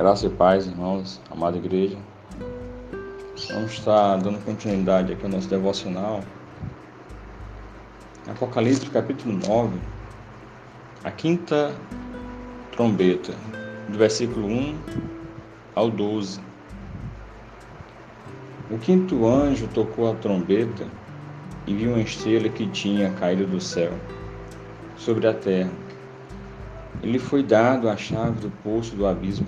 Graça e paz, irmãos, amada igreja. Vamos estar dando continuidade aqui ao nosso devocional. Apocalipse, capítulo 9, a quinta trombeta, do versículo 1 ao 12. O quinto anjo tocou a trombeta e viu uma estrela que tinha caído do céu sobre a terra. Ele foi dado a chave do poço do abismo.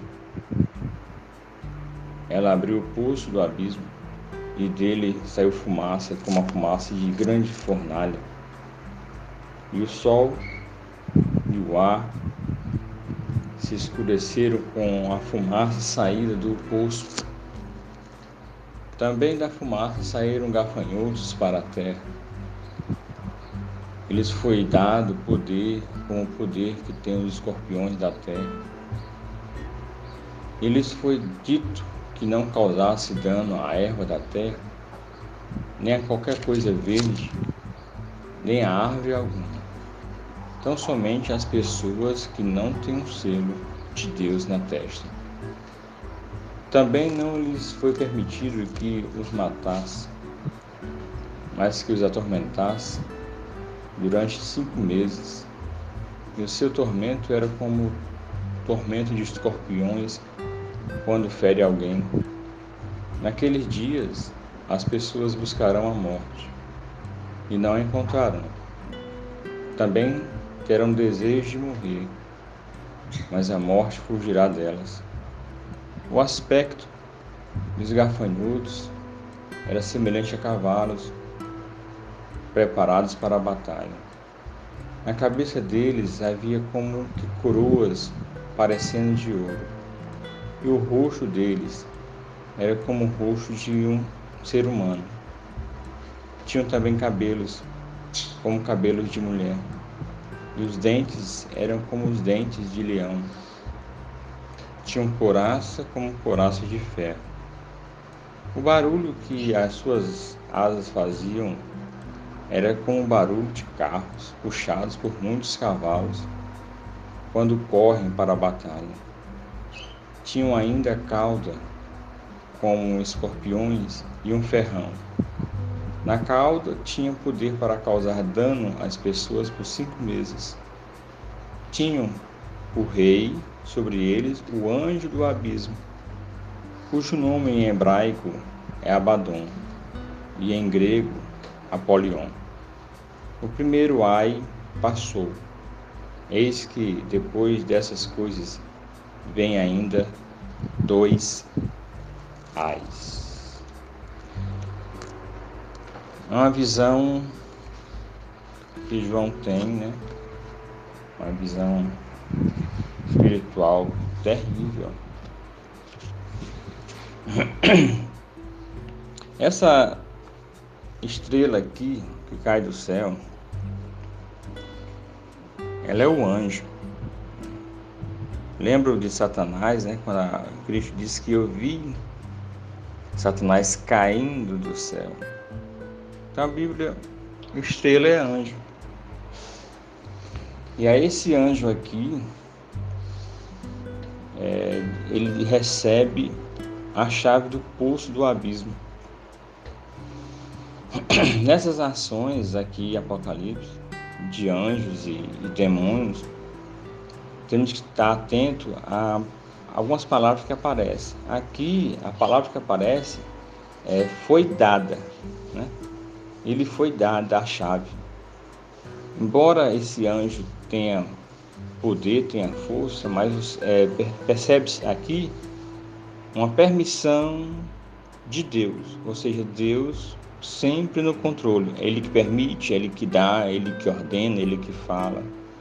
Ela abriu o poço do abismo e dele saiu fumaça, como a fumaça de grande fornalha. E o sol e o ar se escureceram com a fumaça saída do poço. Também da fumaça saíram gafanhotos para a terra. Lhes foi dado poder, como o poder que tem os escorpiões da terra. E lhes foi dito que não causasse dano à erva da terra, nem a qualquer coisa verde, nem a árvore alguma. Tão somente as pessoas que não têm um selo de Deus na testa. Também não lhes foi permitido que os matasse, mas que os atormentasse durante 5 meses. E o seu tormento era como o tormento de escorpiões quando fere alguém. Naqueles dias, as pessoas buscarão a morte e não a encontrarão. Também terão desejo de morrer, mas a morte fugirá delas. O aspecto dos gafanhotos era semelhante a cavalos preparados para a batalha. Na cabeça deles havia como que coroas parecendo de ouro, e o rosto deles era como o rosto de um ser humano. Tinham também cabelos, como cabelos de mulher, e os dentes eram como os dentes de leão. Tinham couraça como couraça de ferro. O barulho que as suas asas faziam era como o barulho de carros puxados por muitos cavalos quando correm para a batalha. Tinham ainda cauda como escorpiões e um ferrão. Na cauda tinham poder para causar dano às pessoas por 5 meses. Tinham o rei sobre eles, o anjo do abismo, cujo nome em hebraico é Abaddon e em grego Apolion. O primeiro ai passou. Eis que depois dessas coisas vem ainda 2 ais. É uma visão que João tem, né? Uma visão espiritual terrível. Essa estrela aqui que cai do céu, ela é o anjo. Lembro de Satanás, né? Quando Cristo disse que eu vi Satanás caindo do céu. Então a Bíblia, estrela é anjo. E aí esse anjo aqui, ele recebe a chave do poço do abismo. Nessas ações aqui, Apocalipse, de anjos e demônios, temos que estar atento a algumas palavras que aparecem. Aqui, a palavra que aparece foi dada, né? Ele foi dada a chave. Embora esse anjo tenha poder, tenha força, mas percebe-se aqui uma permissão de Deus, ou seja, Deus sempre no controle. Ele que permite, Ele que dá, Ele que ordena, Ele que fala.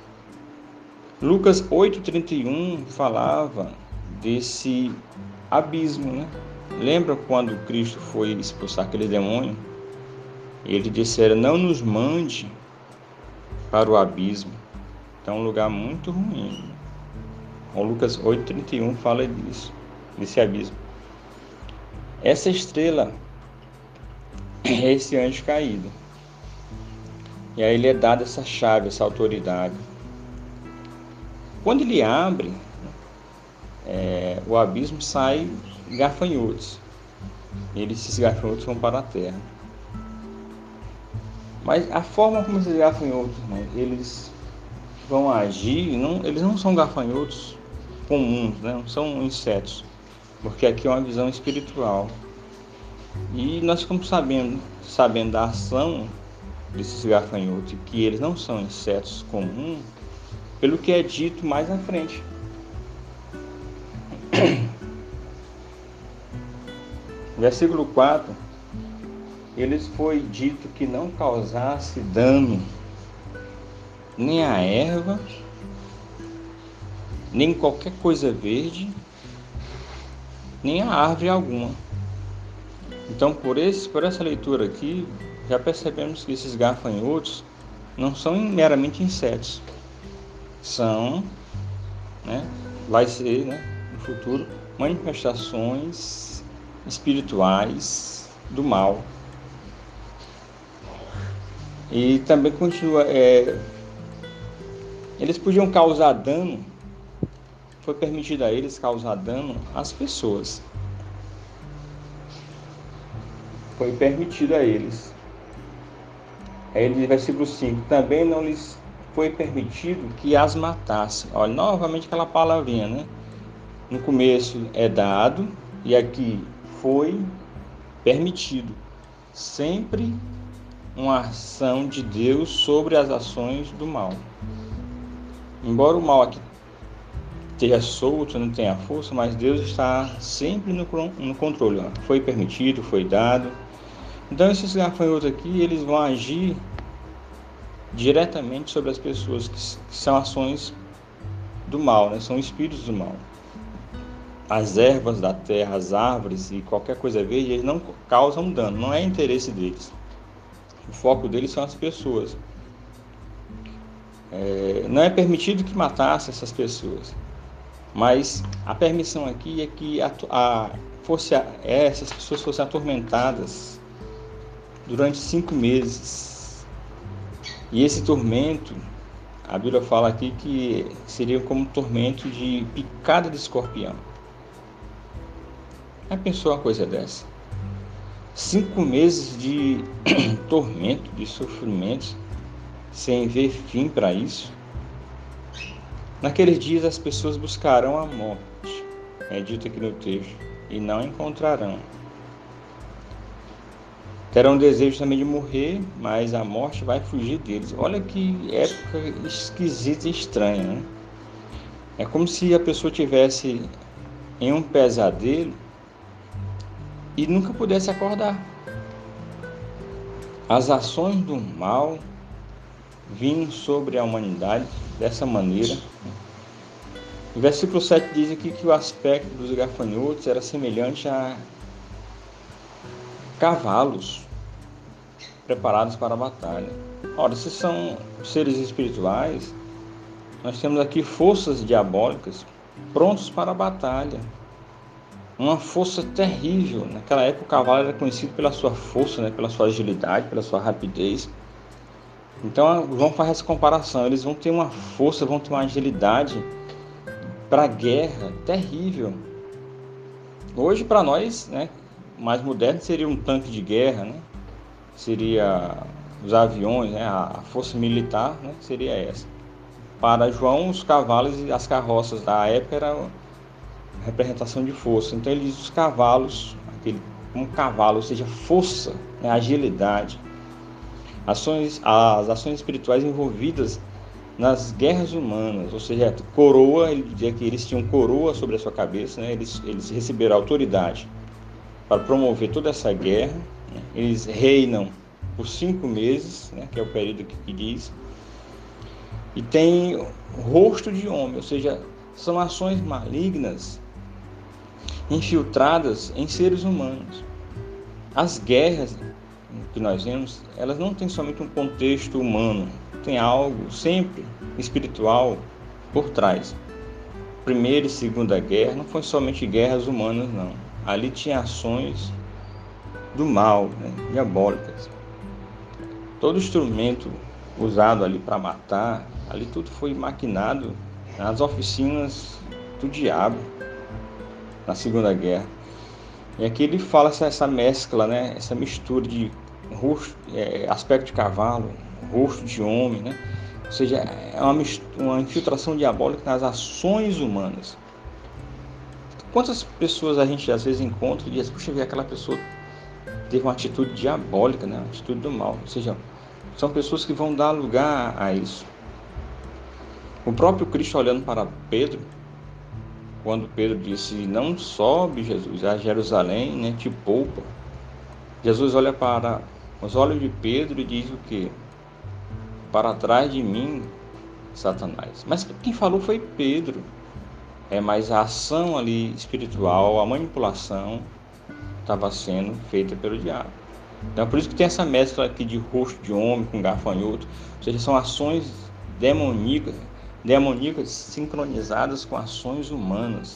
Lucas 8,31 falava desse abismo, né? Lembra quando Cristo foi expulsar aquele demônio? Ele dissera, não nos mande para o abismo. Então é um lugar muito ruim. O Lucas 8,31 fala disso, desse abismo. Essa estrela é esse anjo caído. E aí ele é dado essa chave, essa autoridade. Quando ele abre, o abismo sai gafanhotos. Esses gafanhotos vão para a terra. Mas a forma como esses gafanhotos, irmão, eles vão agir, eles não são gafanhotos comuns, né? Não são insetos, porque aqui é uma visão espiritual. E nós ficamos sabendo da ação desses gafanhotos, que eles não são insetos comuns, pelo que é dito mais à frente. Versículo 4, eles foi dito que não causasse dano nem a erva, nem qualquer coisa verde, nem a árvore alguma. Então, por essa leitura aqui, já percebemos que esses gafanhotos não são meramente insetos, são, vai ser, no futuro, manifestações espirituais do mal. E também continua, eles podiam causar dano, foi permitido a eles causar dano às pessoas. Foi permitido a eles. Aí ele diz, versículo 5, também não lhes foi permitido que as matasse. Olha, novamente aquela palavrinha, No começo é dado, e aqui foi permitido. Sempre uma ação de Deus sobre as ações do mal. Embora o mal aqui esteja solto, não tenha força, mas Deus está sempre no controle. Foi permitido, foi dado. Então esses gafanhotos aqui, eles vão agir diretamente sobre as pessoas, que são ações do mal, são espíritos do mal. As ervas da terra, as árvores e qualquer coisa verde, eles não causam dano, não é interesse deles. O foco deles são as pessoas. Não é permitido que matasse essas pessoas, mas a permissão aqui é que essas pessoas fossem atormentadas durante 5 meses. E esse tormento, a Bíblia fala aqui que seria como tormento de picada de escorpião. Já pensou uma coisa dessa? 5 meses de tormento, de sofrimento, sem ver fim para isso. Naqueles dias as pessoas buscarão a morte, é dito aqui no texto, e não encontrarão. Terão desejo também de morrer, mas a morte vai fugir deles. Olha que época esquisita e estranha, É como se a pessoa tivesse em um pesadelo e nunca pudesse acordar. As ações do mal vindo sobre a humanidade dessa maneira. O versículo 7 diz aqui que o aspecto dos gafanhotos era semelhante a cavalos preparados para a batalha. Ora, se são seres espirituais, nós temos aqui forças diabólicas prontos para a batalha. Uma força terrível. Naquela época o cavalo era conhecido pela sua força, pela sua agilidade, pela sua rapidez. Então vamos fazer essa comparação. Eles vão ter uma força, vão ter uma agilidade para a guerra terrível. Hoje para nós, mais moderno seria um tanque de guerra, Seria os aviões, a força militar, seria essa. Para João, os cavalos e as carroças da época eram representação de força. Então ele diz os cavalos, um cavalo, ou seja, força, agilidade. As ações espirituais envolvidas nas guerras humanas, ou seja, coroa, ele dizia que eles tinham coroa sobre a sua cabeça, eles receberam autoridade para promover toda essa guerra. Eles reinam por 5 meses, que é o período que diz, e tem rosto de homem, ou seja, são ações malignas infiltradas em seres humanos. As guerras que nós vemos, elas não têm somente um contexto humano, tem algo sempre espiritual por trás. Primeira e Segunda Guerra não foi somente guerras humanas, não. Ali tinha ações do mal, diabólicas. Todo instrumento usado ali para matar, ali tudo foi maquinado nas oficinas do diabo. na Segunda Guerra. E aqui ele fala essa mescla, né? Essa mistura de rosto, aspecto de cavalo, rosto de homem, né? Ou seja, é uma infiltração diabólica nas ações humanas. Quantas pessoas a gente às vezes encontra e diz, puxa, aquela pessoa teve uma atitude diabólica, né? Uma atitude do mal. Ou seja, são pessoas que vão dar lugar a isso. O próprio Cristo olhando para Pedro, quando Pedro disse, não sobe, Jesus, a Jerusalém, né? Te poupa. Jesus olha para os olhos de Pedro e diz o quê? Para trás de mim, Satanás. Mas quem falou foi Pedro. Mas a ação ali espiritual, a manipulação, estava sendo feita pelo diabo. Então, por isso que tem essa mescla aqui de rosto de homem com gafanhoto. Ou seja, são ações demoníacas sincronizadas com ações humanas.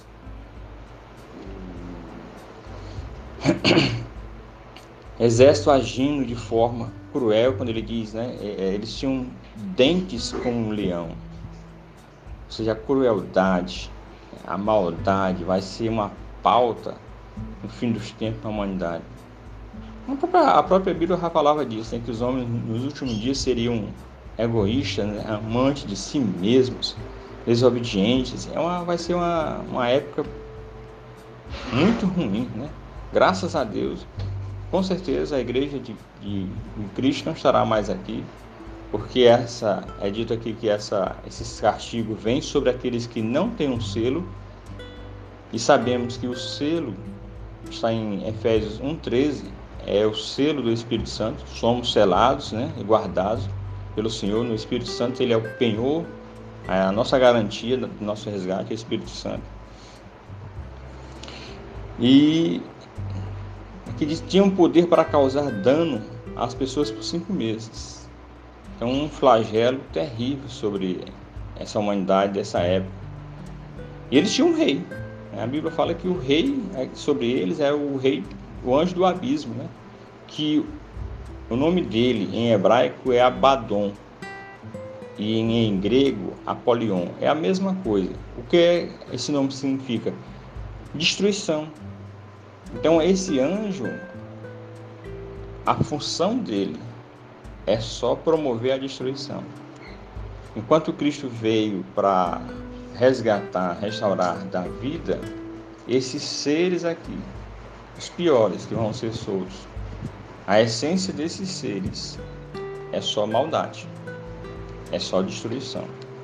Exército agindo de forma cruel, quando ele diz, né? Eles tinham dentes como um leão. Ou seja, a crueldade, a maldade vai ser uma pauta no fim dos tempos na humanidade. A própria Bíblia já falava disso, né? Que os homens nos últimos dias seriam egoístas, né? Amantes de si mesmos, desobedientes. Vai ser uma época muito ruim, né? Graças a Deus, com certeza a igreja de Cristo não estará mais aqui, porque é dito aqui que esse castigo vem sobre aqueles que não têm um selo, e sabemos que o selo está em Efésios 1,13, é o selo do Espírito Santo. Somos selados, né, e guardados pelo Senhor no Espírito Santo. Ele é o penhor, a nossa garantia do nosso resgate é o Espírito Santo. E que tinham poder para causar dano às pessoas por 5 meses. Então, um flagelo terrível sobre essa humanidade dessa época. E eles tinham um rei. A Bíblia fala que o rei sobre eles é o rei, o anjo do abismo, né? Que o nome dele em hebraico é Abaddon e em grego Apolion. É a mesma coisa. O que esse nome significa? Destruição. Então, esse anjo, a função dele é só promover a destruição. Enquanto Cristo veio para resgatar, restaurar da vida, esses seres aqui, os piores que vão ser soltos, a essência desses seres é só maldade, é só destruição.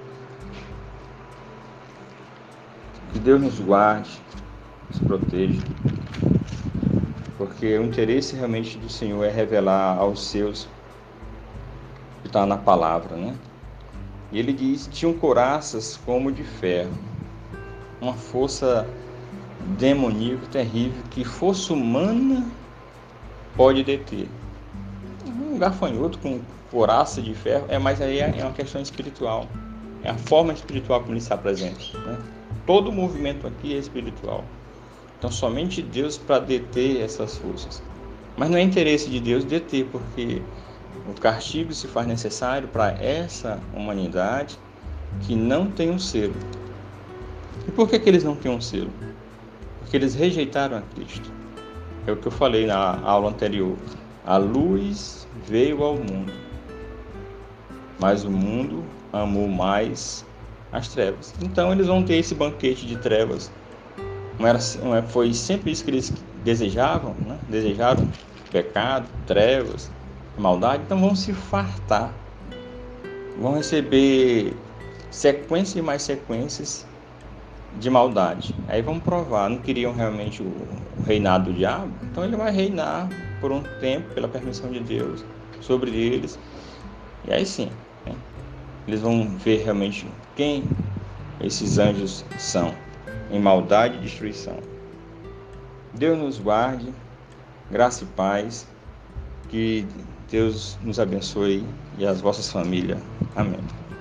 Que Deus nos guarde, nos proteja, porque o interesse realmente do Senhor é revelar aos seus que está na palavra, né? E ele diz, tinham couraças como de ferro, uma força demoníaca terrível que força humana pode deter. Um gafanhoto com couraça de ferro, mas aí é uma questão espiritual, é a forma espiritual como ele se apresenta, né? Todo o movimento aqui é espiritual. Então somente Deus para deter essas forças. Mas não é interesse de Deus deter, porque o castigo se faz necessário para essa humanidade que não tem um selo. E por que eles não têm um selo? Porque eles rejeitaram a Cristo. É o que eu falei na aula anterior. A luz veio ao mundo, mas o mundo amou mais as trevas. Então eles vão ter esse banquete de trevas. Foi sempre isso que eles desejavam, né? Desejaram pecado, trevas, maldade. Então vão se fartar, vão receber sequências e mais sequências de maldade. Aí vão provar, não queriam realmente o reinado do diabo, então ele vai reinar por um tempo, pela permissão de Deus, sobre eles. E aí sim, né? Eles vão ver realmente quem esses anjos são, em maldade e destruição. Deus nos guarde, graça e paz, que Deus nos abençoe e as vossas famílias. Amém.